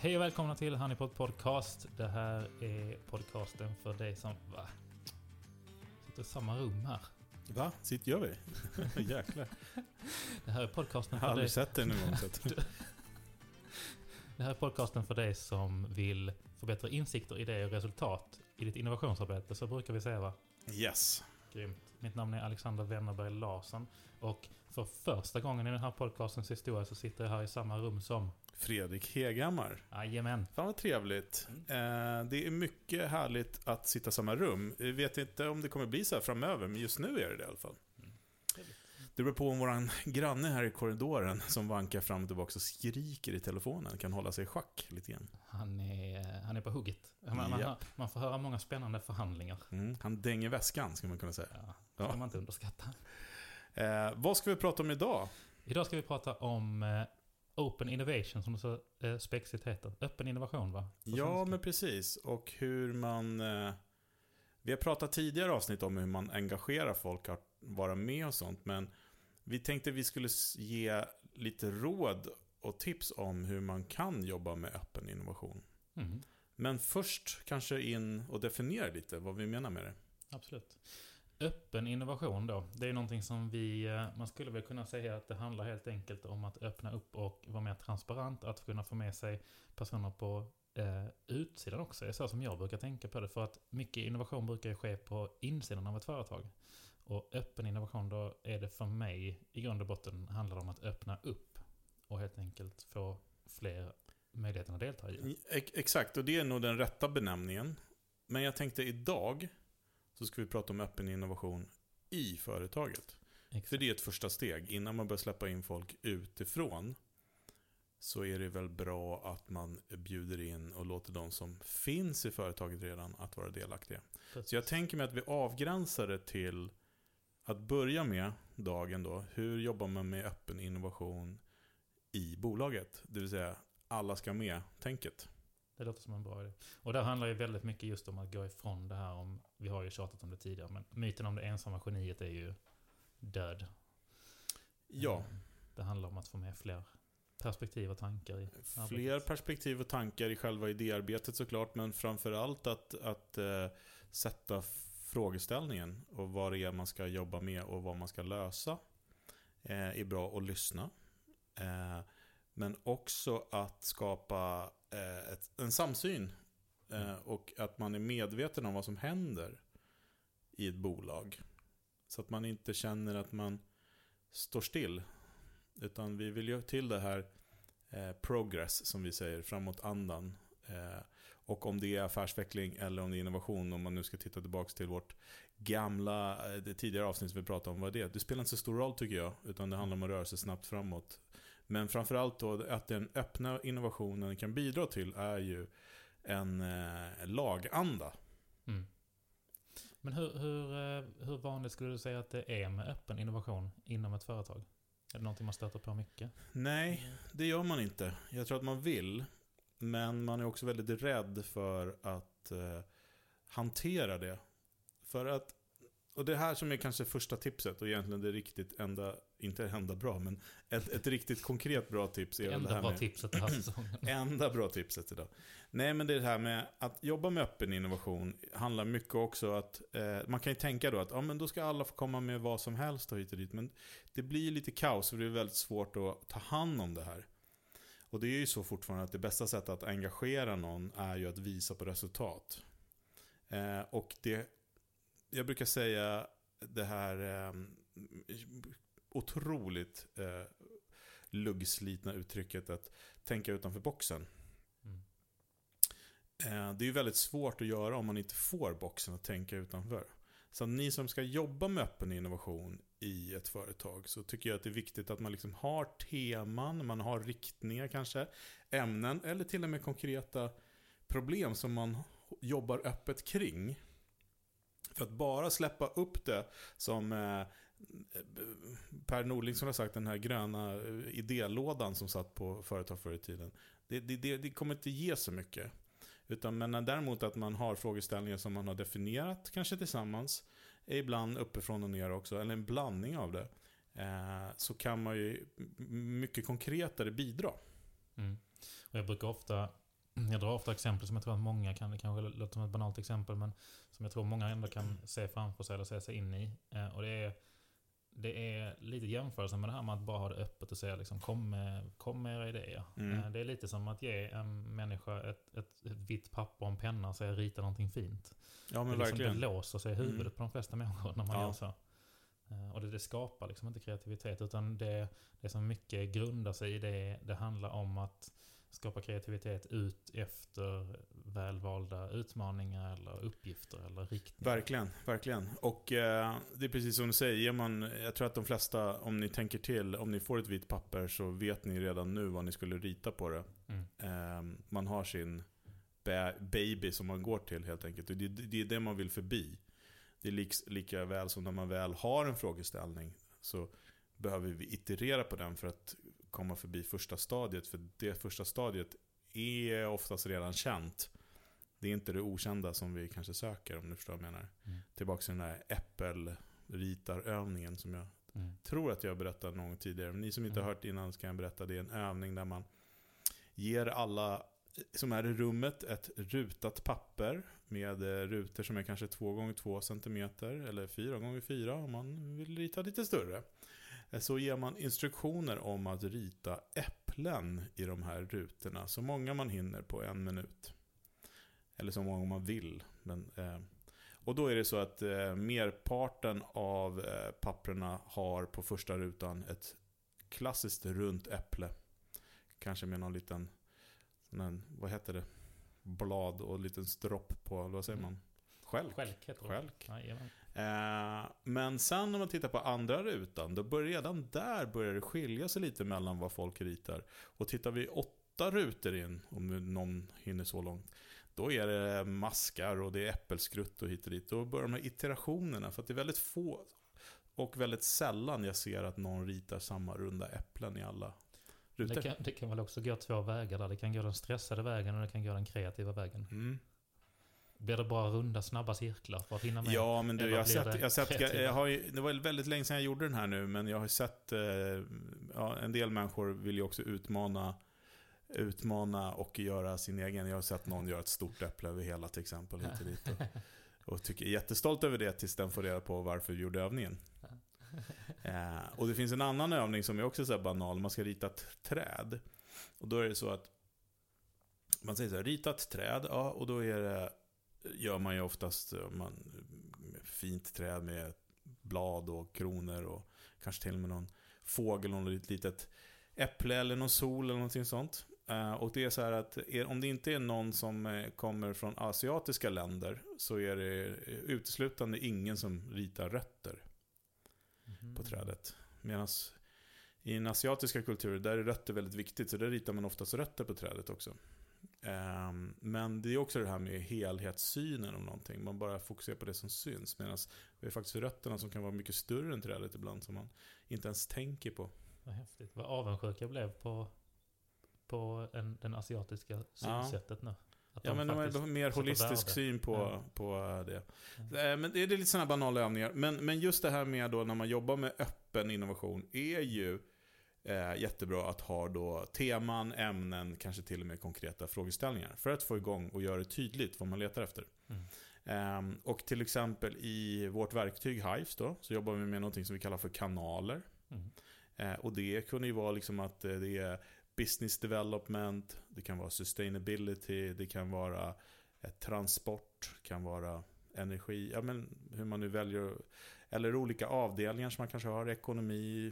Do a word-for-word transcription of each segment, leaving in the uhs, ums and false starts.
Hej och välkomna till Honeypot Podcast. Det här är podcasten för dig som va? sitter i samma rum här. Va? Sitter gör vi? Jäklar. Det här är podcasten för jag har dig. aldrig sett det någon gång. Så det här är podcasten för dig som vill få bättre insikter, idéer och resultat i ditt innovationsarbete. Så brukar vi säga, va? Yes. Grymt. Mitt namn är Alexander Wennerberg Larsson. Och för första gången i den här podcastens historia så sitter jag här i samma rum som Fredrik Hegammar. Jajamän. Fan vad trevligt. Mm. Eh, det är mycket härligt att sitta i samma rum. Jag vet inte om det kommer bli så här framöver, men just nu är det det i alla fall. Mm. Det beror på om våran granne här i korridoren som vankar fram och tillbaka och skriker i telefonen kan hålla sig i schack lite grann. Han är, han är på hugget. Man, man, ja. man får höra många spännande förhandlingar. Mm. Han dänger väskan, ska man kunna säga. Ja, det ska ja. man inte underskatta. Eh, vad ska vi prata om idag? Idag ska vi prata om eh, Open Innovation, som det så eh, spexigt heter. Öppen innovation, va? På ja, svenska. Men precis. Och hur man... Eh, vi har pratat tidigare avsnitt om hur man engagerar folk att vara med och sånt. Men vi tänkte vi skulle ge lite råd och tips om hur man kan jobba med öppen innovation. Mm. Men först kanske in och definiera lite vad vi menar med det. Absolut. Öppen innovation då, det är någonting som vi, man skulle väl kunna säga att det handlar helt enkelt om att öppna upp och vara mer transparent, att kunna få med sig personer på eh, utsidan också. Det är så som jag brukar tänka på det, för att mycket innovation brukar ju ske på insidan av ett företag. Och öppen innovation då är det för mig i grund och botten handlar om att öppna upp och helt enkelt få fler möjligheter att delta i. Exakt, och det är nog den rätta benämningen. Men jag tänkte idag så ska vi prata om öppen innovation i företaget. Exakt. För det är ett första steg. Innan man börjar släppa in folk utifrån så är det väl bra att man bjuder in och låter de som finns i företaget redan att vara delaktiga. Precis. Så jag tänker mig att vi avgränsar det till att börja med dagen då. Hur jobbar man med öppen innovation i bolaget? Det vill säga alla ska med tänket. Det låter som en bra idé. Och där handlar ju väldigt mycket just om att gå ifrån det här om, vi har ju tjatat om det tidigare, men myten om det ensamma geniet är ju död. Ja. Det handlar om att få med fler perspektiv och tankar i arbetet. Fler perspektiv och tankar i själva idéarbetet såklart, men framförallt att, att äh, sätta frågeställningen och vad det är man ska jobba med och vad man ska lösa äh, är bra att lyssna. Äh, men också att skapa Ett, en samsyn eh, och att man är medveten om vad som händer i ett bolag, så att man inte känner att man står still, utan vi vill göra till det här eh, progress som vi säger, framåt andan, eh, och om det är affärsutveckling eller om det är innovation, om man nu ska titta tillbaka till vårt gamla det tidigare avsnitt som vi pratade om, vad är det? Det spelar inte så stor roll tycker jag, utan det handlar om att röra sig snabbt framåt. Men framförallt då att den öppna innovationen kan bidra till är ju en eh, laganda. Mm. Men hur, hur, hur vanligt skulle du säga att det är med öppen innovation inom ett företag? Är det någonting man stöter på mycket? Nej, det gör man inte. Jag tror att man vill, men man är också väldigt rädd för att eh, hantera det. För att, och det här som är kanske första tipset och egentligen det riktigt enda, inte enda bra, men ett, ett riktigt konkret bra tips är enda det här bra med, tipset den här säsongen. Enda bra tipset idag. Nej, men det är det här med att jobba med öppen innovation handlar mycket också att eh, man kan ju tänka då att ja, men då ska alla få komma med vad som helst och hit och dit, men det blir lite kaos och det är väldigt svårt att ta hand om det här. Och det är ju så fortfarande att det bästa sättet att engagera någon är ju att visa på resultat. Eh, och det jag brukar säga det här eh, otroligt eh, luggslitna uttrycket att tänka utanför boxen. Mm. Eh, det är ju väldigt svårt att göra om man inte får boxen att tänka utanför. Så ni som ska jobba med öppen innovation i ett företag, så tycker jag att det är viktigt att man liksom har teman, man har riktningar kanske, ämnen eller till och med konkreta problem som man jobbar öppet kring. För att bara släppa upp det som eh, Per Norling som har sagt, den här gröna idélådan som satt på företag förr i tiden, det, det, det kommer inte ge så mycket. Utan men däremot att man har frågeställningar som man har definierat kanske tillsammans, ibland uppifrån och ner också, eller en blandning av det, eh, så kan man ju mycket konkretare bidra. Mm. Och jag brukar ofta Jag drar ofta exempel som jag tror att många kan, det kanske låter som ett banalt exempel, men som jag tror många ändå kan se framför sig eller se sig in i. Och det är, det är lite jämförelse med det här med att bara ha det öppet och säga liksom, kom, med, kom med era idéer. Mm. Det är lite som att ge en människa ett, ett, ett vitt papper och en penna och säga rita någonting fint. Ja, men det, liksom, verkligen. Det låser sig i huvudet mm. på de flesta människor när man ja. gör så. Och det, det skapar liksom inte kreativitet, utan det, det som mycket grundar sig i det, det handlar om att skapa kreativitet ut efter välvalda utmaningar eller uppgifter eller riktningar. Verkligen, verkligen. Och eh, det är precis som du säger, man, jag tror att de flesta, om ni tänker till, om ni får ett vitt papper så vet ni redan nu vad ni skulle rita på det. Mm. Eh, man har sin ba- baby som man går till helt enkelt. Och det, det är det man vill förbi. Det är lika, lika väl som när man väl har en frågeställning så behöver vi iterera på den för att komma förbi första stadiet. För det första stadiet är oftast redan känt. Det är inte det okända som vi kanske söker, om du förstår vad jag menar. Mm. Tillbaka till den här äppelritarövningen som jag mm. tror att jag berättade någon gång tidigare. Men ni som inte mm. har hört innan så kan jag berätta. Det är en övning där man ger alla som är i rummet ett rutat papper med rutor som är kanske två gånger två centimeter eller fyra gånger fyra om man vill rita lite större. Så ger man instruktioner om att rita äpplen i de här rutorna. Så många man hinner på en minut. Eller så många man vill. Men, eh, och då är det så att eh, merparten av eh, papperna har på första rutan ett klassiskt runt äpple. Kanske med någon liten, någon, vad heter det? Blad och en liten stropp på, vad säger man? Skälk. Skälk heter det. Skälk. Ja, eh, men sen när man tittar på andra rutan, då börjar redan där börjar det skilja sig lite mellan vad folk ritar. Och tittar vi åtta rutor in, om någon hinner så långt, då är det maskar och det är äppelskrutt och hit och dit. Då börjar de här iterationerna, för att det är väldigt få och väldigt sällan jag ser att någon ritar samma runda äpplen i alla rutor. Det kan, det kan väl också gå två vägar där. Det kan gå den stressade vägen och det kan gå den kreativa vägen. Mm. Blir det bara runda, snabba cirklar för att hinna med? Ja, men du, jag har sett, jag har sett jag har, det var väldigt länge sedan jag gjorde den här nu, men jag har sett eh, ja, en del människor vill ju också utmana utmana och göra sin egen. Jag har sett någon göra ett stort äpple över hela till exempel hit och dit och, och tycker jättestolt över det tills den får reda på varför vi gjorde övningen. eh, och det finns en annan övning som är också så här banal. Man ska rita ett träd. Och då är det så att man säger så här, rita ett träd, ja, och då är det, gör man ju oftast man, fint träd med blad och kronor och kanske till och med någon fågel och något litet äpple eller någon sol eller någonting sånt. Uh, och det är så här att är, om det inte är någon som uh, kommer från asiatiska länder så är det uteslutande ingen som ritar rötter mm. på trädet. Medan i den asiatiska kulturen där är rötter väldigt viktigt, så där ritar man oftast rötter på trädet också. Um, men det är också det här med helhetssynen om någonting. Man bara fokuserar på det som syns, medan det är faktiskt rötterna som kan vara mycket större än trädet ibland som man inte ens tänker på. Vad häftigt. Vad avundsjuk jag blev på på en, den asiatiska synsättet ja. nu. Att ja, men de har mer holistisk syn på, ja. på det. Mm. Men det är lite sådana banala övningar. Men, men just det här med då när man jobbar med öppen innovation är ju eh, jättebra att ha då teman, ämnen, kanske till och med konkreta frågeställningar för att få igång och göra det tydligt vad man letar efter. Mm. Um, och till exempel i vårt verktyg Hives då, så jobbar vi med något som vi kallar för kanaler. Mm. Uh, och det kunde ju vara liksom att uh, det är business development, det kan vara sustainability, det kan vara uh, transport, kan vara energi, ja men hur man nu väljer, eller olika avdelningar som man kanske har, ekonomi,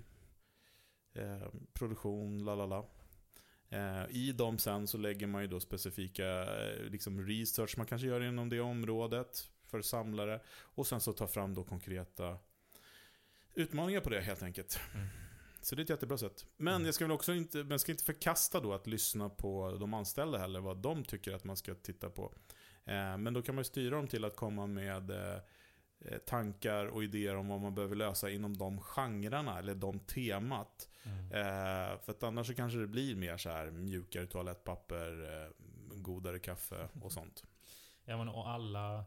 uh, produktion, lalala. Uh, I dem sen så lägger man ju då specifika uh, liksom research man kanske gör inom det området för samlare, och sen så tar fram då konkreta utmaningar på det helt enkelt. Mm. Så det är ett jättebra sätt. Men mm. jag ska väl också inte, men ska inte förkasta då att lyssna på de anställda heller, vad de tycker att man ska titta på. Uh, men då kan man styra dem till att komma med uh, tankar och idéer om vad man behöver lösa inom de genrerna eller de temat. Mm. Eh, för att annars så kanske det blir mer så här mjukare toalettpapper, eh, godare kaffe och sånt. Ja, men och alla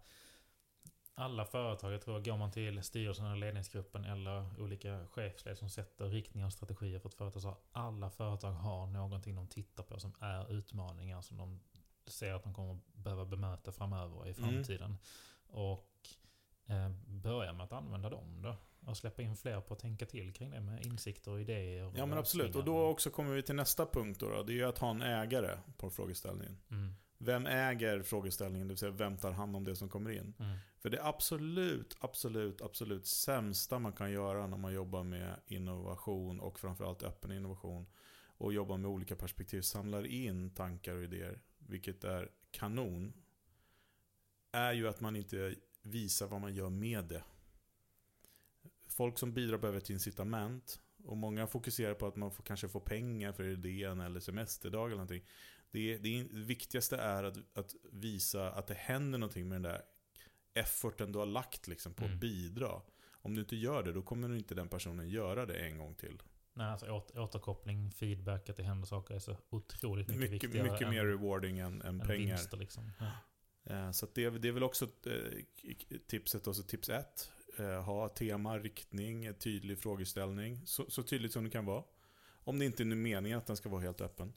alla företag, jag tror, går man till styrelsen eller ledningsgruppen eller olika chefsled som sätter riktningar och strategier för ett företag, så alla företag har någonting de tittar på som är utmaningar som de ser att de kommer behöva bemöta framöver i framtiden. Mm. Och eh, börja med att använda dem då. Och släppa in fler på att tänka till kring det med insikter och idéer. Och ja, men absolut. Och då också kommer vi till nästa punkt då. då. Det är ju att ha en ägare på frågeställningen. Mm. Vem äger frågeställningen? Det vill säga, vem tar hand om det som kommer in? Mm. För det absolut, absolut, absolut sämsta man kan göra när man jobbar med innovation och framförallt öppen innovation och jobbar med olika perspektiv, samlar in tankar och idéer, vilket är kanon, är ju att man inte visar vad man gör med det. Folk som bidrar behöver ett incitament, och många fokuserar på att man får, kanske får pengar för idén eller semesterdag eller någonting. Det, det, det viktigaste är att, att visa att det händer någonting med den där efforten du har lagt liksom, på mm. att bidra. Om du inte gör det, då kommer inte den personen göra det en gång till. Nej, alltså åter, återkoppling, feedback, att det händer saker är så otroligt mycket, mycket viktigare. Mycket mer rewarding än, än, än pengar. Vinster, liksom. Ja. Så att det, det är väl också tipset, också tips ett. Ha tema, riktning, tydlig frågeställning. Så, så tydligt som det kan vara. Om det inte är meningen att den ska vara helt öppen.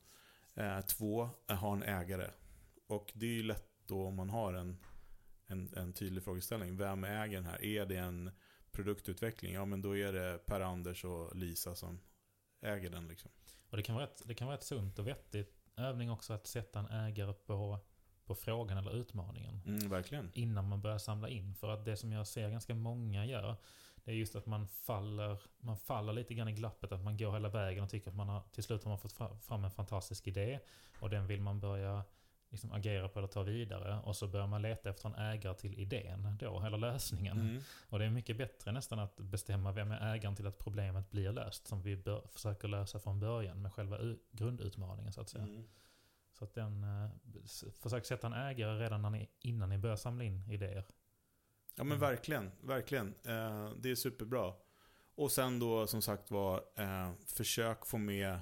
Två, ha en ägare. Och det är ju lätt då om man har en, en, en tydlig frågeställning. Vem äger den här? Är det en produktutveckling? Ja, men då är det Per Anders och Lisa som äger den liksom. Och det kan vara ett, det kan vara ett sunt och vettigt övning också att sätta en ägare på, på frågan eller utmaningen. Mm, verkligen. Innan man börjar samla in. För att det som jag ser ganska många gör, det är just att man faller, man faller lite grann i glappet, att man går hela vägen och tycker att man har, till slut har man fått fram en fantastisk idé och den vill man börja liksom agera på eller ta vidare, och så börjar man leta efter en ägare till idén då, eller lösningen. Mm. Och det är mycket bättre nästan att bestämma vem är ägaren till att problemet blir löst, som vi bör, försöker lösa från början med själva u- grundutmaningen så att säga. Mm. Så att den, eh, försök sätta en ägare redan när ni, innan ni börjar samla in idéer. Ja, men verkligen, verkligen. Eh, det är superbra. Och sen då som sagt var, eh, försök få med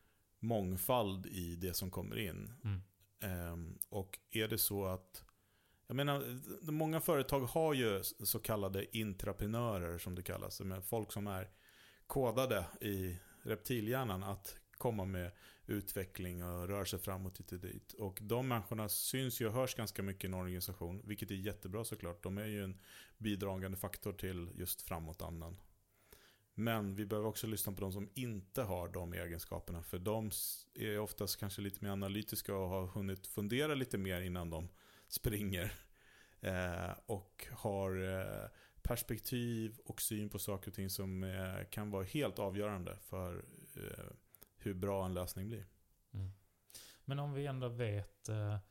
mångfald i det som kommer in. Mm. Eh, och är det så att, jag menar, många företag har ju så kallade intraprenörer som det kallas, med folk som är kodade i reptilhjärnan att komma med utveckling och röra sig framåt hit och dit. Och de människorna syns ju och hörs ganska mycket i en organisation, vilket är jättebra såklart. De är ju en bidragande faktor till just framåtandan. Men vi behöver också lyssna på de som inte har de egenskaperna, för de är oftast kanske lite mer analytiska och har hunnit fundera lite mer innan de springer. Eh, och har eh, perspektiv och syn på saker och ting som eh, kan vara helt avgörande för eh, hur bra en lösning blir. Mm. Men om vi ändå vet,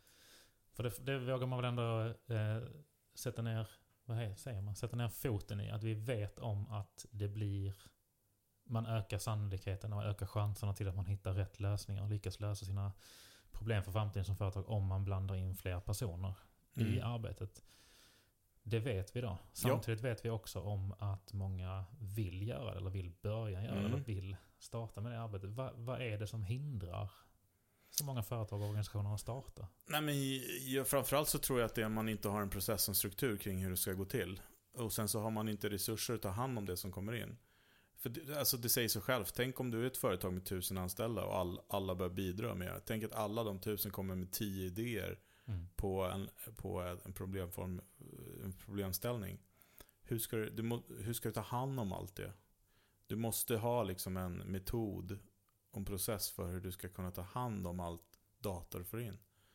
för det, det vågar man väl ändå eh, sätta ner, vad är, säger man, sätta ner foten i, att vi vet om att det blir, man ökar sannolikheten och ökar chanserna till att man hittar rätt lösningar och lyckas lösa sina problem för framtiden som företag om man blandar in fler personer mm. i arbetet. Det vet vi då. Samtidigt ja. vet vi också om att många vill göra det, eller vill börja göra det, mm. eller vill starta med det arbetet. Va, vad är det som hindrar så många företag och organisationer att starta? Nej, men ja, framförallt så tror jag att det är att man inte har en process och struktur kring hur det ska gå till. Och sen så har man inte resurser att ta hand om det som kommer in. För det, alltså det säger sig själv. Tänk om du är ett företag med tusen anställda och all, alla bör bidra med. Tänk att alla de tusen kommer med tio idéer mm. på, en, på en, problemform, en problemställning. Hur ska du, du må, hur ska du ta hand om allt det? Du måste ha liksom en metod och en process för hur du ska kunna ta hand om allt data du får in.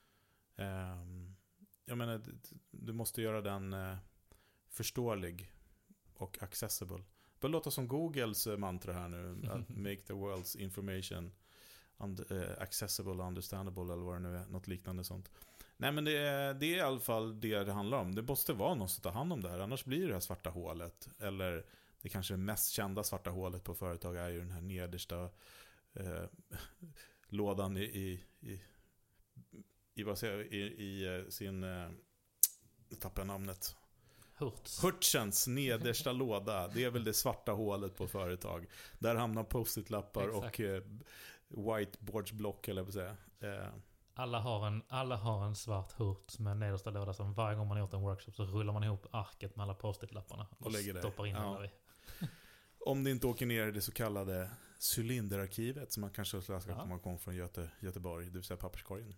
Um, jag menar, du måste göra den uh, förståelig och accessible. Det låter som Googles mantra här nu. Make the world's information und- uh, accessible, understandable eller vad det nu är. Något liknande sånt. Nej, men det är, det är i alla fall det det handlar om. Det måste vara någon som tar hand om det här. Annars blir det här svarta hålet. Eller det kanske mest kända svarta hålet på företag är ju den här nedersta eh, lådan i, i, i, i, vad säger jag, i, i sin... Eh, tappar jag namnet. Hurts. Hurtsens nedersta låda. Det är väl det svarta hålet på företag. Där hamnar post-it-lappar och eh, whiteboardsblock, eller vad säga. Eh, Alla har, en, alla har en svart hurt med en nedersta låda som varje gång man har gjort en workshop så rullar man ihop arket med alla post-it-lapparna och, och lägger stoppar in ja. alla i. Om det inte åker ner i det så kallade cylinderarkivet som man kanske ska Ja. komma kom från Göte, Göteborg, det vill säga papperskorgen.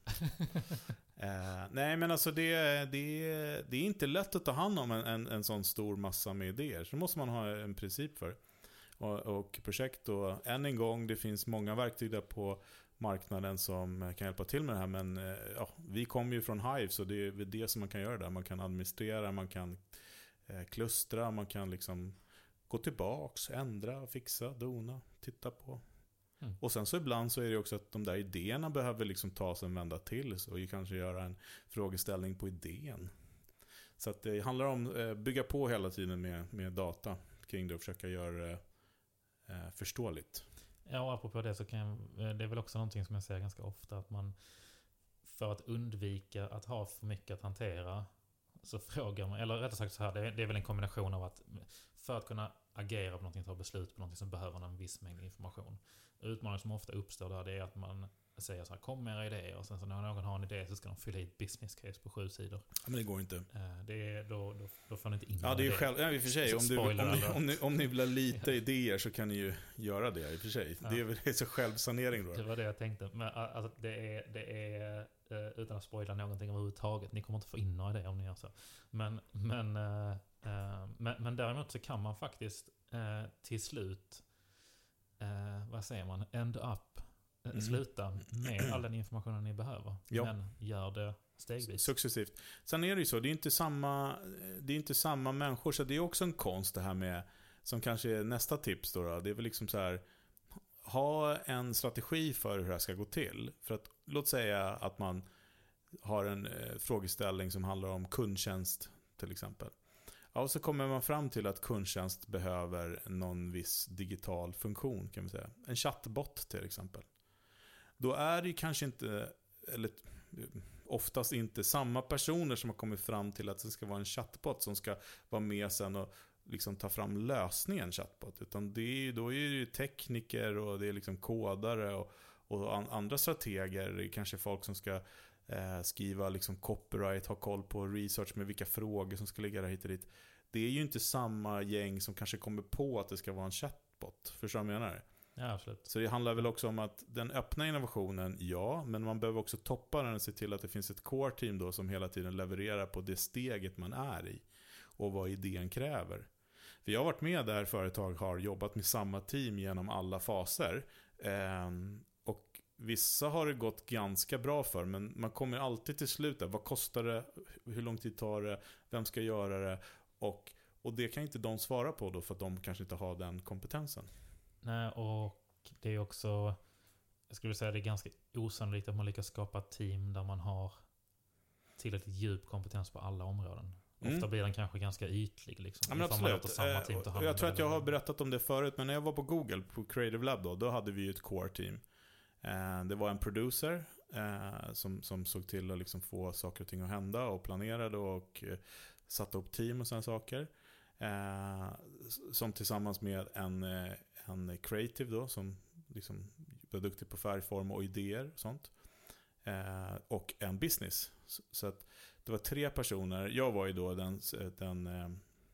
eh, nej men alltså det, det, det är inte lätt att ta hand om en, en, en sån stor massa med idéer. Så måste man ha en princip för. Och, och projekt och än en gång, det finns många verktyg där på marknaden som kan hjälpa till med det här. Men eh, ja, vi kommer ju från Hive, så det är det som man kan göra där. Man kan administrera, man kan eh, klustra, man kan liksom gå tillbaks, ändra, fixa, dona, titta på. Mm. Och sen så ibland så är det också att de där idéerna behöver liksom tas en vända till och kanske göra en frågeställning på idén. Så att det handlar om att eh, bygga på hela tiden med, med data kring det och försöka göra det eh, förståeligt. Ja, och apropå det så kan jag, det är väl också någonting som jag säger ganska ofta, att man för att undvika att ha för mycket att hantera så frågar man, eller rättare sagt så här, det är, det är väl en kombination av att för att kunna agera på någonting, ta beslut på någonting, som behöver en viss mängd information. Utmaningen som ofta uppstår där, det är att man säger så här, kom med era idéer, och sen så när någon har en idé så ska de fylla i ett business case på sju sidor. Ja, men det går inte. Det är, då, då, då får ni inte in. Ja, det är själv, ja, i och för sig. Om, du, om, ni, om, ni, om ni vill ha lite idéer så kan ni ju göra det i och för sig. Ja. Det är väl det är så självsanering då. Det var det jag tänkte. Men alltså, det är, det är utan att spoila någonting överhuvudtaget. Ni kommer inte få in några idéer om ni gör så. Men, men, äh, men, men däremot så kan man faktiskt äh, till slut, äh, vad säger man, end up, Mm. sluta med all den informationen ni behöver. Ja. Men gör det stegvis. Successivt. Sen är det ju så, det är inte samma, det är inte samma människor, så det är också en konst det här med, som kanske är nästa tips då, då. Det är väl liksom så här, ha en strategi för hur det här ska gå till. För att, låt säga att man har en eh, frågeställning som handlar om kundtjänst till exempel. Ja, och så kommer man fram till att kundtjänst behöver någon viss digital funktion, kan man säga. En chatbot till exempel. Då är det ju kanske inte, eller oftast inte samma personer som har kommit fram till att det ska vara en chatbot som ska vara med sen och liksom ta fram lösningen chatbot. Utan det är, då är det ju tekniker och det är liksom kodare och, och an, andra strateger. Det är kanske folk som ska eh, skriva liksom copyright, ha koll på research med vilka frågor som ska ligga där hit och dit. Det är ju inte samma gäng som kanske kommer på att det ska vara en chatbot. Förstår du vad jag menar? Ja, absolut. Så det handlar väl också om att den öppna innovationen, ja, men man behöver också toppa den och se till att det finns ett core team då som hela tiden levererar på det steget man är i och vad idén kräver. För jag har varit med där företag har jobbat med samma team genom alla faser eh, och vissa har det gått ganska bra för, men man kommer alltid till slut där, vad kostar det, hur lång tid tar det, vem ska göra det, och, och det kan inte de svara på då för att de kanske inte har den kompetensen. Nej, och det är också, jag skulle säga det är ganska osannolikt att man lyckas skapa ett team där man har tillräckligt djup kompetens på alla områden. Mm. Ofta blir den kanske ganska ytlig liksom. Ja, men absolut. Samma team eh, jag tror att jag har berättat om det förut, men när jag var på Google på Creative Lab då, då hade vi ju ett core team. Eh, det var en producer eh, som, som såg till att liksom få saker och ting att hända och planerade och eh, satte upp team och sådana saker. Eh, som tillsammans med en, en creative då, som liksom var duktig på färgform och idéer och sånt. Eh, och en business. Så, så att det var tre personer. Jag var ju då den, den eh,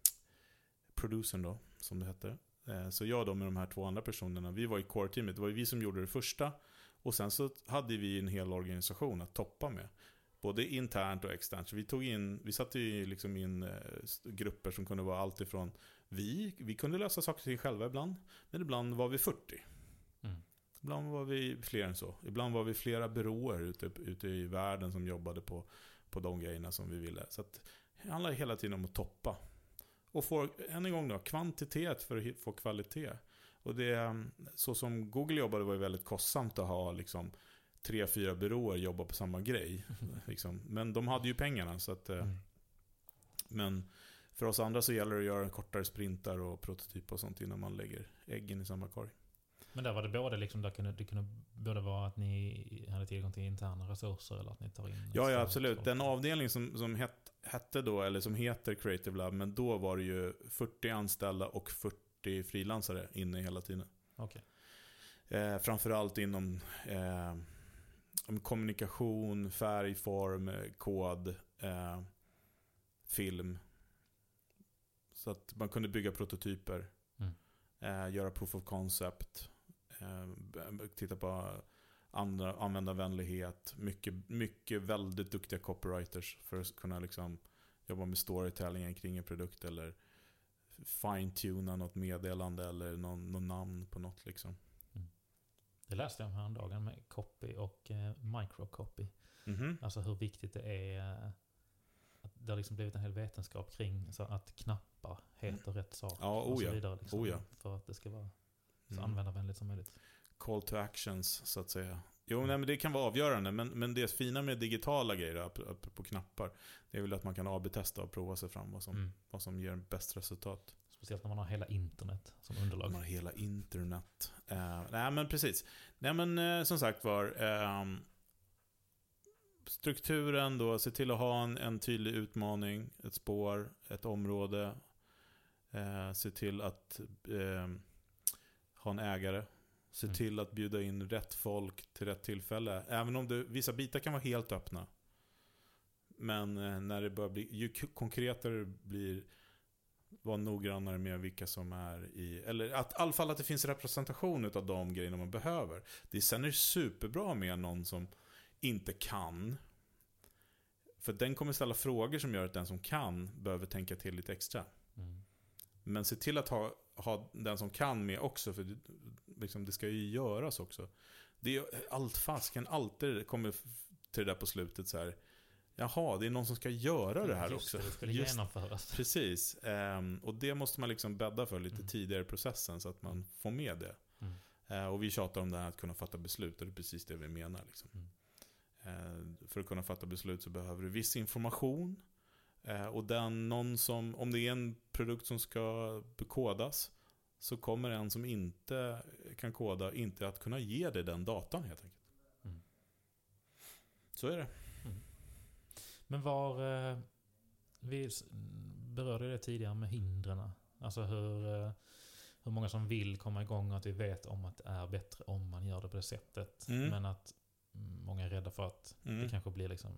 producern då, som det hette. Eh, så jag då med de här två andra personerna, vi var i core-teamet. Det var ju vi som gjorde det första. Och sen så hade vi en hel organisation att toppa med. Både internt och externt. Så vi tog in, vi satte ju liksom in eh, grupper som kunde vara allt ifrån vi, vi kunde lösa saker till själva ibland. Men ibland var vi fyrtio. Mm. Ibland var vi fler än så. Ibland var vi flera byråer ute, ute i världen som jobbade på, på de grejerna som vi ville. Så att det handlar hela tiden om att toppa. Och få, än en gång då, kvantitet för att få kvalitet. Och det, så som Google jobbade var det väldigt kostsamt att ha liksom tre, fyra byråer jobba på samma grej. liksom. Men de hade ju pengarna. Så att, mm. Men för oss andra så gäller det att göra kortare sprintar och prototyper och sånt innan man lägger äggen i samma korg. Men där var det både liksom, där kunde, det kunde både vara att ni hade tillgång till interna resurser eller att ni tar in... Ja, ja absolut. Den avdelning som, som het, hette då, eller som heter Creative Lab, men då var det ju fyrtio anställda och fyrtio frilansare inne hela tiden. Okej. Eh, framförallt inom eh, om kommunikation, färgform, kod, eh, film. Så att man kunde bygga prototyper. Mm. eh, göra proof of concept, eh, titta på andra, användarvänlighet, mycket, mycket väldigt duktiga copywriters för att kunna liksom jobba med storytellingen kring en produkt eller fine-tuna något meddelande eller någon, någon namn på något liksom. Mm. Det läste jag om häromdagen med copy och eh, microcopy. Mm-hmm. Alltså hur viktigt det är att det har liksom blivit en hel vetenskap kring så att knappar heter mm. rätt sak ja, och oh så ja. vidare. Liksom, oh ja. För att det ska vara så mm. användarvänligt som möjligt. Call to actions så att säga. Jo, nej, men det kan vara avgörande, men, men det fina med digitala grejer på knappar, det är väl att man kan A B-testa och prova sig fram vad som, mm. vad som ger bäst resultat. Speciellt när man har hela internet som underlag. Man har hela internet. Uh, nej, men precis. Nej, men uh, som sagt var, uh, strukturen då, se till att ha en, en tydlig utmaning, ett spår, ett område. Uh, se till att uh, ha en ägare. Se mm. till att bjuda in rätt folk till rätt tillfälle. Även om det, vissa bitar kan vara helt öppna. Men uh, när det börjar bli, ju konkretare det blir, var noggrannare med vilka som är i, eller att, i alla fall att det finns representation av de grejerna man behöver. Det är sen är det superbra med någon som inte kan, för den kommer ställa frågor som gör att den som kan behöver tänka till lite extra. Mm. Men se till att ha, ha den som kan med också, för det, liksom, det ska ju göras också. Det är allt fasken alltid kommer till det där på slutet så här. Jaha, det är någon som ska göra det här Just också. Det, det skulle Just, genomföras. Precis. Um, och det måste man liksom bädda för lite mm. tidigare i processen så att man får med det. Mm. Uh, och vi tjatar om det här att kunna fatta beslut, och det är precis det vi menar. Liksom. Mm. Uh, för att kunna fatta beslut så behöver du viss information. Uh, och den, någon som, om det är en produkt som ska kodas, så kommer en som inte kan koda inte att kunna ge dig den datan helt enkelt. Mm. Så är det. Mm. Men var, eh, vi berörde det tidigare med hindren. Alltså hur, eh, hur många som vill komma igång och att vi vet om att det är bättre om man gör det på det sättet. Mm. Men att många är rädda för att mm. det kanske blir liksom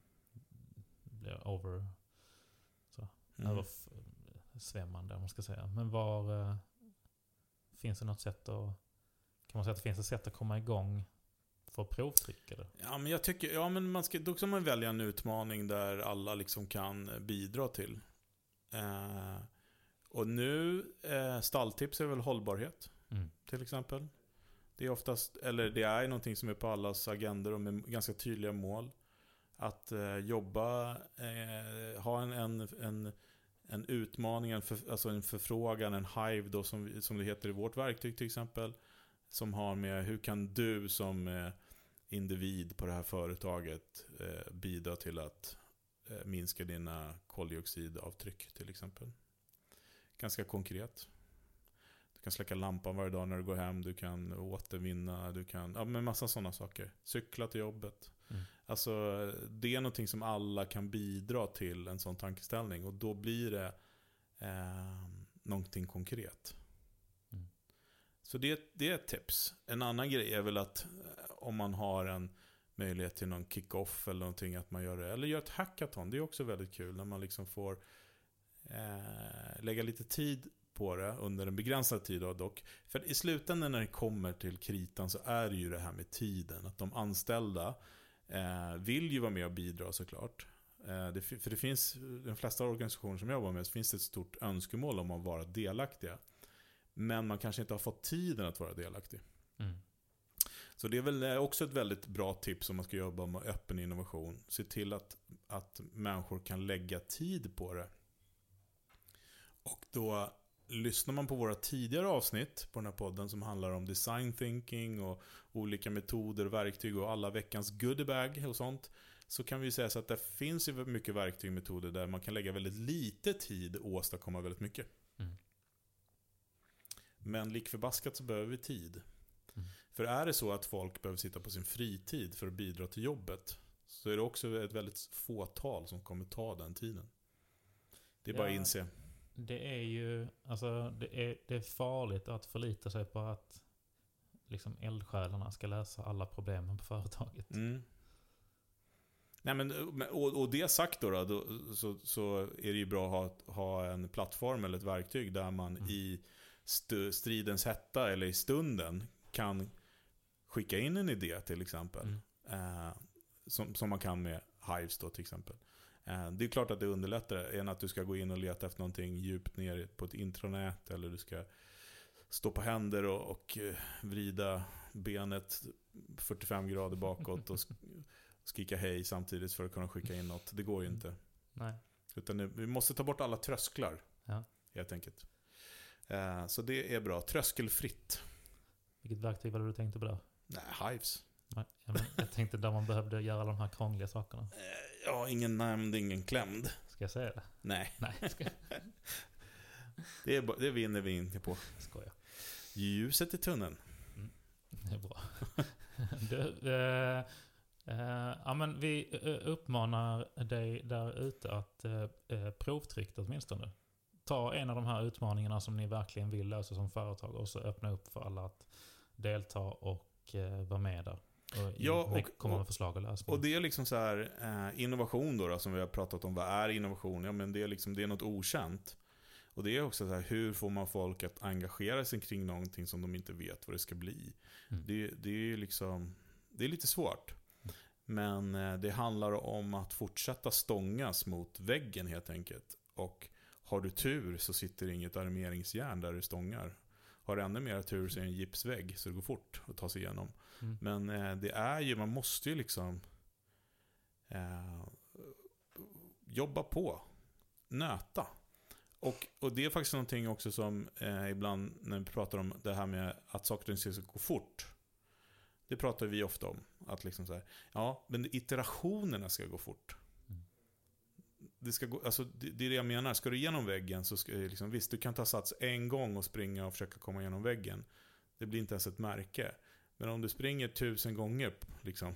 blir over så, mm. översvämmande om man ska säga. Men var eh, finns det något sätt att, kan man säga att det finns ett sätt att komma igång för provtryck eller? Ja, men jag tycker, ja men man ska, då ska man välja en utmaning där alla liksom kan bidra till. Eh, och nu, eh, stalltips är väl hållbarhet mm. till exempel. Det är oftast, eller det är någonting som är på allas agendor och med ganska tydliga mål. Att eh, jobba, eh, ha en, en, en, en utmaning, en, för, alltså en förfrågan, en hive då, som, som det heter i vårt verktyg till exempel. Som har med hur kan du som eh, individ på det här företaget eh, bidra till att eh, minska dina koldioxidavtryck till exempel. Ganska konkret. Du kan släcka lampan varje dag när du går hem, du kan återvinna, du kan, ja men massa sådana saker. Cykla till jobbet. Mm. Alltså det är någonting som alla kan bidra till en sån tankeställning, och då blir det eh, någonting konkret. Mm. Så det, det är ett tips. En annan grej är väl att om man har en möjlighet till någon kick-off eller någonting, att man gör det, eller gör ett hackathon. Det är också väldigt kul när man liksom får eh, lägga lite tid på det under en begränsad tid då, dock. För i slutändan när det kommer till kritan så är det ju det här med tiden. Att de anställda eh, vill ju vara med och bidra såklart. Eh, det, för det finns, de flesta organisationer som jag jobbar med, så finns det ett stort önskemål om att vara delaktiga. Men man kanske inte har fått tiden att vara delaktig. Mm. Så det är väl också ett väldigt bra tips om man ska jobba med öppen innovation. Se till att, att människor kan lägga tid på det. Och då lyssnar man på våra tidigare avsnitt på den här podden som handlar om design thinking och olika metoder, verktyg och alla veckans goodiebag och sånt, så kan vi säga så att det finns ju mycket verktyg och metoder där man kan lägga väldigt lite tid och åstadkomma väldigt mycket. Mm. Men lik förbaskat så behöver vi tid. Mm. För är det så att folk behöver sitta på sin fritid för att bidra till jobbet, så är det också ett väldigt fåtal som kommer ta den tiden. Det är ja. bara att inse. Det är ju, alltså det är, det är farligt att förlita sig på att liksom eldsjälarna ska lösa alla problemen på företaget. Mm. Nej men, och, och det sagt då, då så, så är det ju bra att ha, ha en plattform eller ett verktyg där man mm. i st- stridens hetta eller i stunden kan skicka in en idé till exempel. Mm. Eh, som, som man kan med Hives då till exempel. Eh, det är klart att det underlättar än att du ska gå in och leta efter någonting djupt ner på ett intranät, eller du ska stå på händer och, och vrida benet fyrtiofem grader bakåt och sk- skrika hej samtidigt för att kunna skicka in något. Det går ju inte. Nej. Utan det, vi måste ta bort alla trösklar. Ja. Helt enkelt. Eh, så det är bra. Tröskelfritt. Vilket verktyg var det du tänkte på där? Nej, Hives. Nej, ja, men jag tänkte där man behövde göra alla de här krångliga sakerna. Eh, ja, ingen nämnd, ingen klämd. Ska jag säga det? Nej. Nej, ska jag det, är, ba- det vinner vi inte på. skoja. Ljuset i tunneln. Mm. Det är bra. du, eh, eh, ja, men vi eh, uppmanar dig där ute att eh, eh, provtrycka åtminstone. Ta en av de här utmaningarna som ni verkligen vill lösa som företag och så öppna upp för alla att delta och eh, vara med där. Och, Ja, och, komma med och, förslag och lösningar. och det är liksom så här eh, innovation då, då som vi har pratat om. Vad är innovation? Ja, men det är liksom det är något okänt. Och det är också så här, hur får man folk att engagera sig kring någonting som de inte vet vad det ska bli? Mm. Det, det är ju liksom, det är lite svårt. Mm. Men eh, det handlar om att fortsätta stångas mot väggen helt enkelt. Och har du tur så sitter inget armeringsjärn där du stångar. Har du ännu mer tur så är det en gipsvägg så det går fort att ta sig igenom. Mm. Men eh, det är ju, man måste ju liksom eh, jobba på, nöta. Och, och det är faktiskt någonting också som eh, ibland när vi pratar om det här med att saker och ting ska gå fort. Det pratar vi ofta om. Att liksom så här, ja, men iterationerna ska gå fort. Mm. Det, ska gå, alltså, det, det är det jag menar. Ska du igenom väggen så ska det liksom, visst, du kan ta sats en gång och springa och försöka komma igenom väggen. Det blir inte ens ett märke. Men om du springer tusen gånger liksom,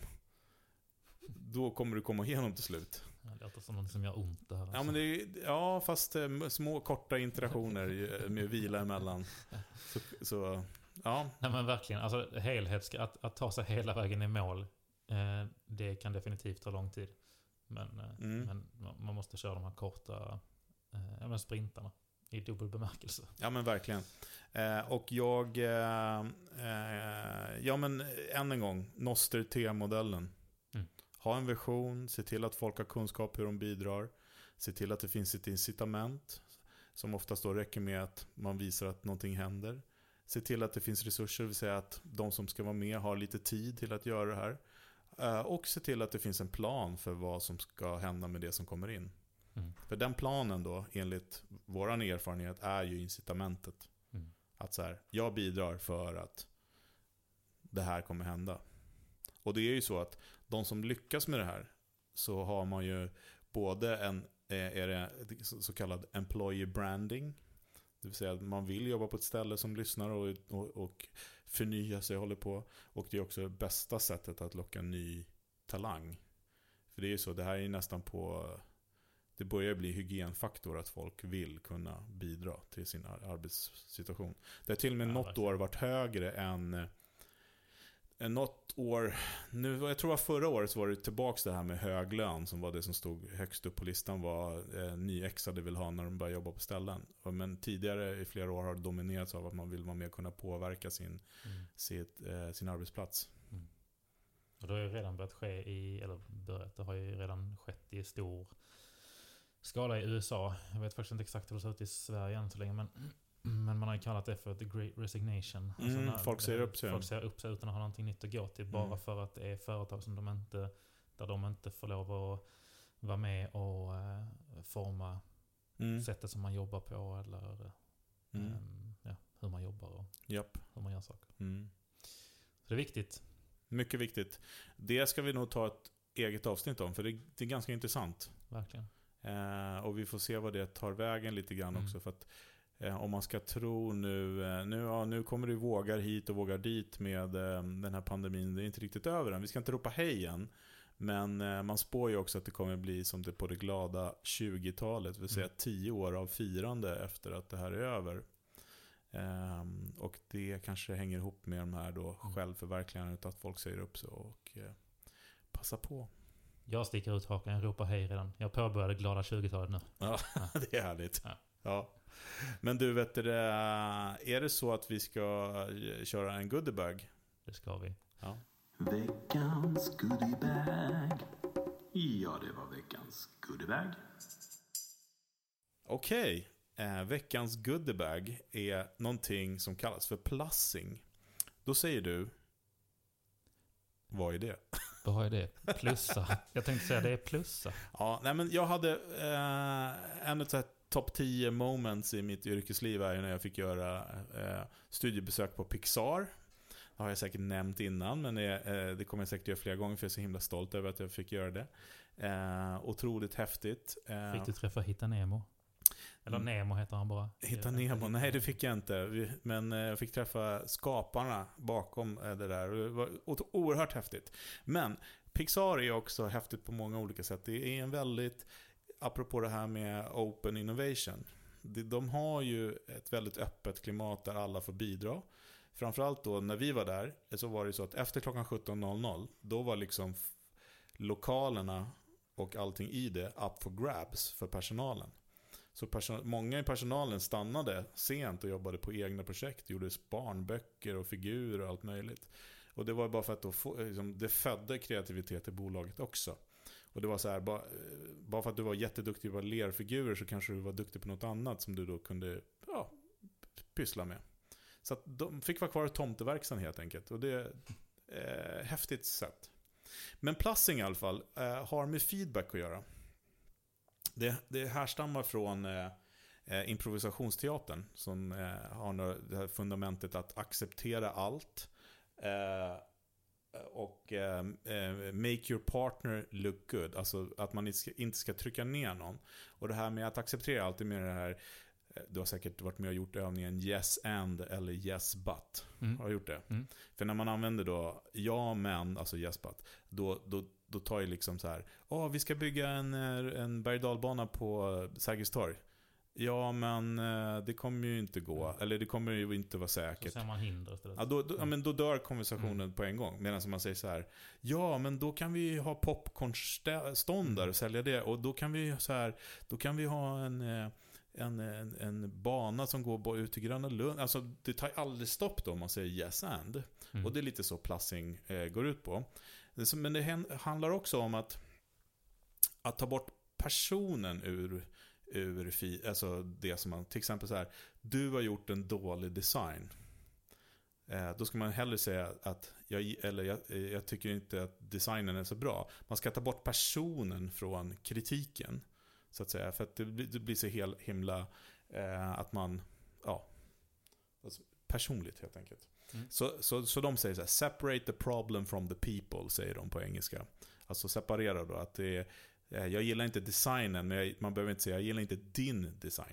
då kommer du komma igenom till slut. Ja, det låter som något som gör ont det här. Alltså. Ja, men det är, ja, fast eh, små korta interaktioner med vila emellan. Så, så ja. Nej, men verkligen. Alltså, helhets, att, att ta sig hela vägen i mål, eh, det kan definitivt ta lång tid. Men, eh, Mm. men man måste köra de här korta eh, men sprintarna i dubbel bemärkelse. Ja, men verkligen. Eh, och jag eh, eh, ja, men än en gång, Noster T-modellen. Mm. Ha en vision, se till att folk har kunskap hur de bidrar. Se till att det finns ett incitament som oftast då räcker med att man visar att någonting händer. Se till att det finns resurser, det vill säga att de som ska vara med har lite tid till att göra det här. Eh, och se till att det finns en plan för vad som ska hända med det som kommer in. Mm. För den planen då, enligt våran erfarenhet, är ju incitamentet. Mm. Att så här, jag bidrar för att det här kommer hända. Och det är ju så att de som lyckas med det här, så har man ju både en är det så kallad employee branding. Det vill säga att man vill jobba på ett ställe som lyssnar och, och, och förnya sig och håller på. Och det är också det bästa sättet att locka ny talang. För det är ju så, det här är nästan på, det börjar bli hygienfaktor att folk vill kunna bidra till sin arbetssituation. Det har till och med Ja, något verkligen. år varit högre än, än något år, nu, jag tror att förra året så var det tillbaks det här med hög lön som var det som stod högst upp på listan, var eh, nyexade vill ha när de börjar jobba på ställen. Men tidigare i flera år har det dominerats av att man vill vara med och kunna påverka sin, Mm. sitt, eh, sin arbetsplats. Mm. Och det har ju redan börjat ske i, eller börjat, det har ju redan skett i stor skala i U S A. Jag vet faktiskt inte exakt hur det ser ut i Sverige än så länge, men, men man har ju kallat det för the great resignation. Alltså Mm, när, folk säger upp sig. Folk säger upp sig utan att ha någonting nytt att gå till, bara Mm. för att det är företag som de inte, där de inte får lov att vara med och uh, forma Mm. sättet som man jobbar på, eller Mm. um, ja, hur man jobbar och Japp. hur man gör saker. Mm. Så det är viktigt. Mycket viktigt. Det ska vi nog ta ett eget avsnitt om, för det, det är ganska intressant. Verkligen. Eh, och vi får se vad det tar vägen lite grann Mm. också. För att eh, om man ska tro nu, eh, nu, ja, nu kommer det vågar hit och vågar dit med eh, den här pandemin. Det är inte riktigt över än. Vi ska inte ropa hej än. Men eh, man spår ju också att det kommer bli som det på det glada tjugotalet. Det vill säga Mm. tio år av firande efter att det här är över. Um, och det kanske hänger ihop med de här då Mm. självförverkligandet, att folk säger upp sig och eh, passa på. Jag sticker ut hakan, jag ropar hej redan. Jag påbörjade glada tjugotalet nu. Ja, det är härligt. Ja. Ja. Men du, vet det, är det så att vi ska köra en goodiebag? Det ska vi. Ja. Veckans goodiebag. Ja, det var veckans goodiebag. Okej, eh, veckans goodiebag är någonting som kallas för plussing. Då säger du, vad är det? Vad är det? Plussa. Jag tänkte säga det är plussa. Ja, nej men jag hade eh, en av topp tio moments i mitt yrkesliv är när jag fick göra eh, studiebesök på Pixar. Det har jag säkert nämnt innan, men det, eh, det kommer jag säkert göra flera gånger för jag är så himla stolt över att jag fick göra det. Eh, otroligt häftigt. Eh, Fick du träffa Hitta Nemo? Eller Mm. Nemo heter han bara. Hitta Nemo, nej det fick jag inte. Vi- Men eh, jag fick träffa skaparna bakom eh, det där. Och det var o- oerhört häftigt. Men Pixar är också häftigt på många olika sätt. Det är en väldigt, apropå det här med open innovation. De, de har ju ett väldigt öppet klimat där alla får bidra. Framförallt då när vi var där så var det så att efter klockan sjutton då var liksom f- lokalerna och allting i det up for grabs för personalen. Så person- många i personalen stannade sent och jobbade på egna projekt, gjorde barnböcker och figurer och allt möjligt. Och det var bara för att då få, liksom, det födde kreativitet i bolaget också. Och det var så här, bara, bara för att du var jätteduktig på lerfigurer så kanske du var duktig på något annat som du då kunde ja, pyssla med. Så att de fick vara kvar i tomteverksamheten helt enkelt. Och det är eh, häftigt sätt. Men plussing i alla fall eh, har med feedback att göra. Det, det härstammar från eh, eh, improvisationsteatern som eh, har nå- det här fundamentet att acceptera allt eh, och eh, eh, make your partner look good. Alltså att man inte ska, inte ska trycka ner någon. Och det här med att acceptera allt är med det här. Du har säkert varit med och gjort övningen yes and eller yes but. Mm. Har du gjort det? Mm. För när man använder då ja men, alltså yes but, då, då, då tar ju liksom så här, åh vi ska bygga en, en berg- och dalbana på Sergels torg. Ja men eh, det kommer ju inte gå. Mm. Eller det kommer ju inte vara Så säkert. ser man hinder istället. Ja, då, då, ja, men då dör konversationen Mm. på en gång. Medan man säger så här, ja men då kan vi ha popcornstånd där och sälja det. Och då kan vi så här, då kan vi ha en, eh, en, en, en bana som går bo- ut till Gröna Lund. Alltså det tar aldrig stopp då om man säger yes and. Mm. Och det är lite så plussing eh, går ut på. Men det hän- handlar också om att, att ta bort personen ur, ur fi- alltså det som man, till exempel så här, du har gjort en dålig design. Eh, då ska man hellre säga att jag, eller jag, jag tycker inte att designen är så bra. Man ska ta bort personen från kritiken. Så att säga, för att det blir, det blir så hel, himla eh, att man, ja, alltså, personligt helt enkelt. Mm. Så, så, så de säger så här, separate the problem from the people, säger de på engelska. Alltså separera då, att det är, eh, jag gillar inte designen, men jag, man behöver inte säga, jag gillar inte din design.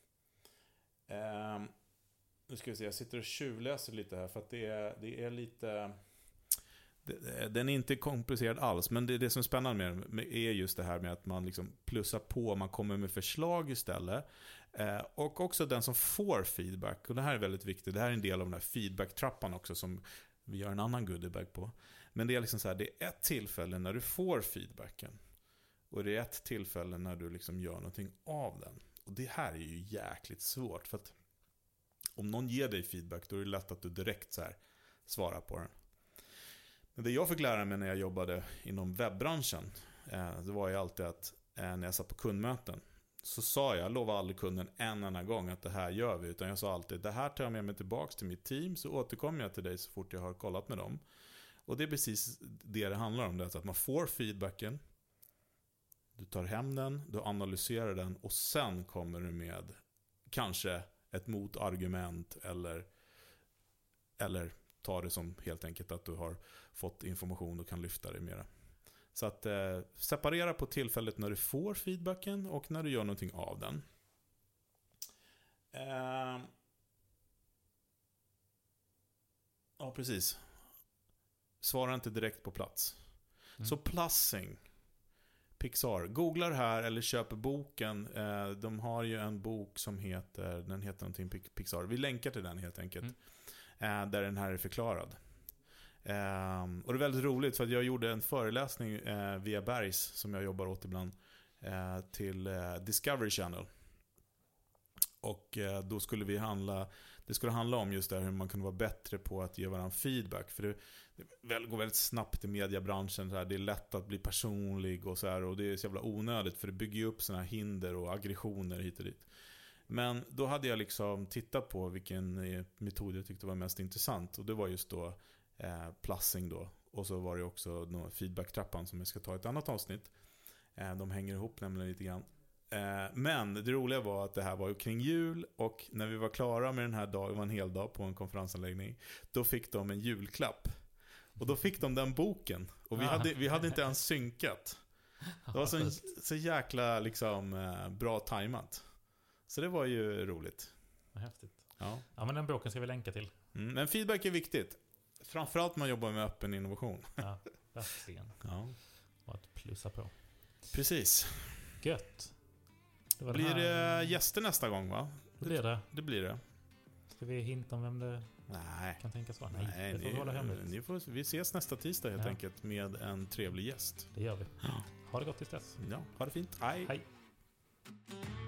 Um, nu ska vi se, jag sitter och tjuvläser lite här, för att det är, det är lite... Det, den är inte komplicerad alls, men det, det som är spännande med den är just det här med att man liksom plussar på, man kommer med förslag istället. Eh, och också den som får feedback, och det här är väldigt viktigt, det här är en del av den här feedback-trappan också som vi gör en annan goodiebag på. Men det är liksom så här, det är ett tillfälle när du får feedbacken, och det är ett tillfälle när du liksom gör någonting av den. Och det här är ju jäkligt svårt, för att om någon ger dig feedback, då är det lätt att du direkt så här svarar på den. Men det jag fick lära mig när jag jobbade inom webbranschen, eh, det var ju alltid att eh, när jag satt på kundmöten så sa jag, jag lovade aldrig kunden en enda gång att det här gör vi, utan jag sa alltid, det här tar jag med mig tillbaks till mitt team, så återkommer jag till dig så fort jag har kollat med dem. Och det är precis det det handlar om, det är att man får feedbacken, du tar hem den, du analyserar den, och sen kommer du med kanske ett motargument eller eller ta det som helt enkelt att du har fått information och kan lyfta det mera. Så att eh, separera på tillfället när du får feedbacken och när du gör någonting av den. Eh, ja, precis. Svara inte direkt på plats. Mm. Så plussing. Pixar. Googlar här eller köper boken. Eh, de har ju en bok som heter, den heter någonting Pixar. Vi länkar till den helt enkelt. Mm. Eh, där den här är förklarad. Eh, och det är väldigt roligt för att jag gjorde en föreläsning eh, via Bergs, som jag jobbar åt ibland, eh, till eh, Discovery Channel. Och eh, då skulle vi handla, det skulle handla om just det här, hur man kunde vara bättre på att ge varandra feedback. För det, det går väldigt snabbt i mediebranschen. Så här, det är lätt att bli personlig och så här, och det är så jävla onödigt, för det bygger ju upp såna här hinder och aggressioner hit och dit. Men då hade jag liksom tittat på vilken metod jag tyckte var mest intressant. Och det var just då eh, plussing då. Och så var det också feedback-trappan som jag ska ta i ett annat avsnitt. Eh, de hänger ihop nämligen lite grann. Eh, men det roliga var att det här var ju kring jul. Och när vi var klara med den här dagen, det var en hel dag på en konferensanläggning, då fick de en julklapp. Och då fick de den boken. Och vi, ah. hade, vi hade inte ens synkat. Det var så, så jäkla liksom, eh, bra tajmat. Så det var ju roligt. Vad häftigt. Ja. Ja, men den boken ska vi länka till. Mm, men feedback är viktigt. Framförallt man jobbar med öppen innovation. Ja, verkligen. Ja. Och att plussa på. Precis. Gött. Det blir det här... gäster nästa gång, va? Det blir det. Det blir det. Ska vi hinta om vem det Nej. kan tänkas vara? Nej, Nej, det får ni, vi hålla hemligt. Ni får, vi ses nästa tisdag helt ja. enkelt med en trevlig gäst. Det gör vi. Ha det gott tills dess. Ja, ha det fint. Hej. Hej.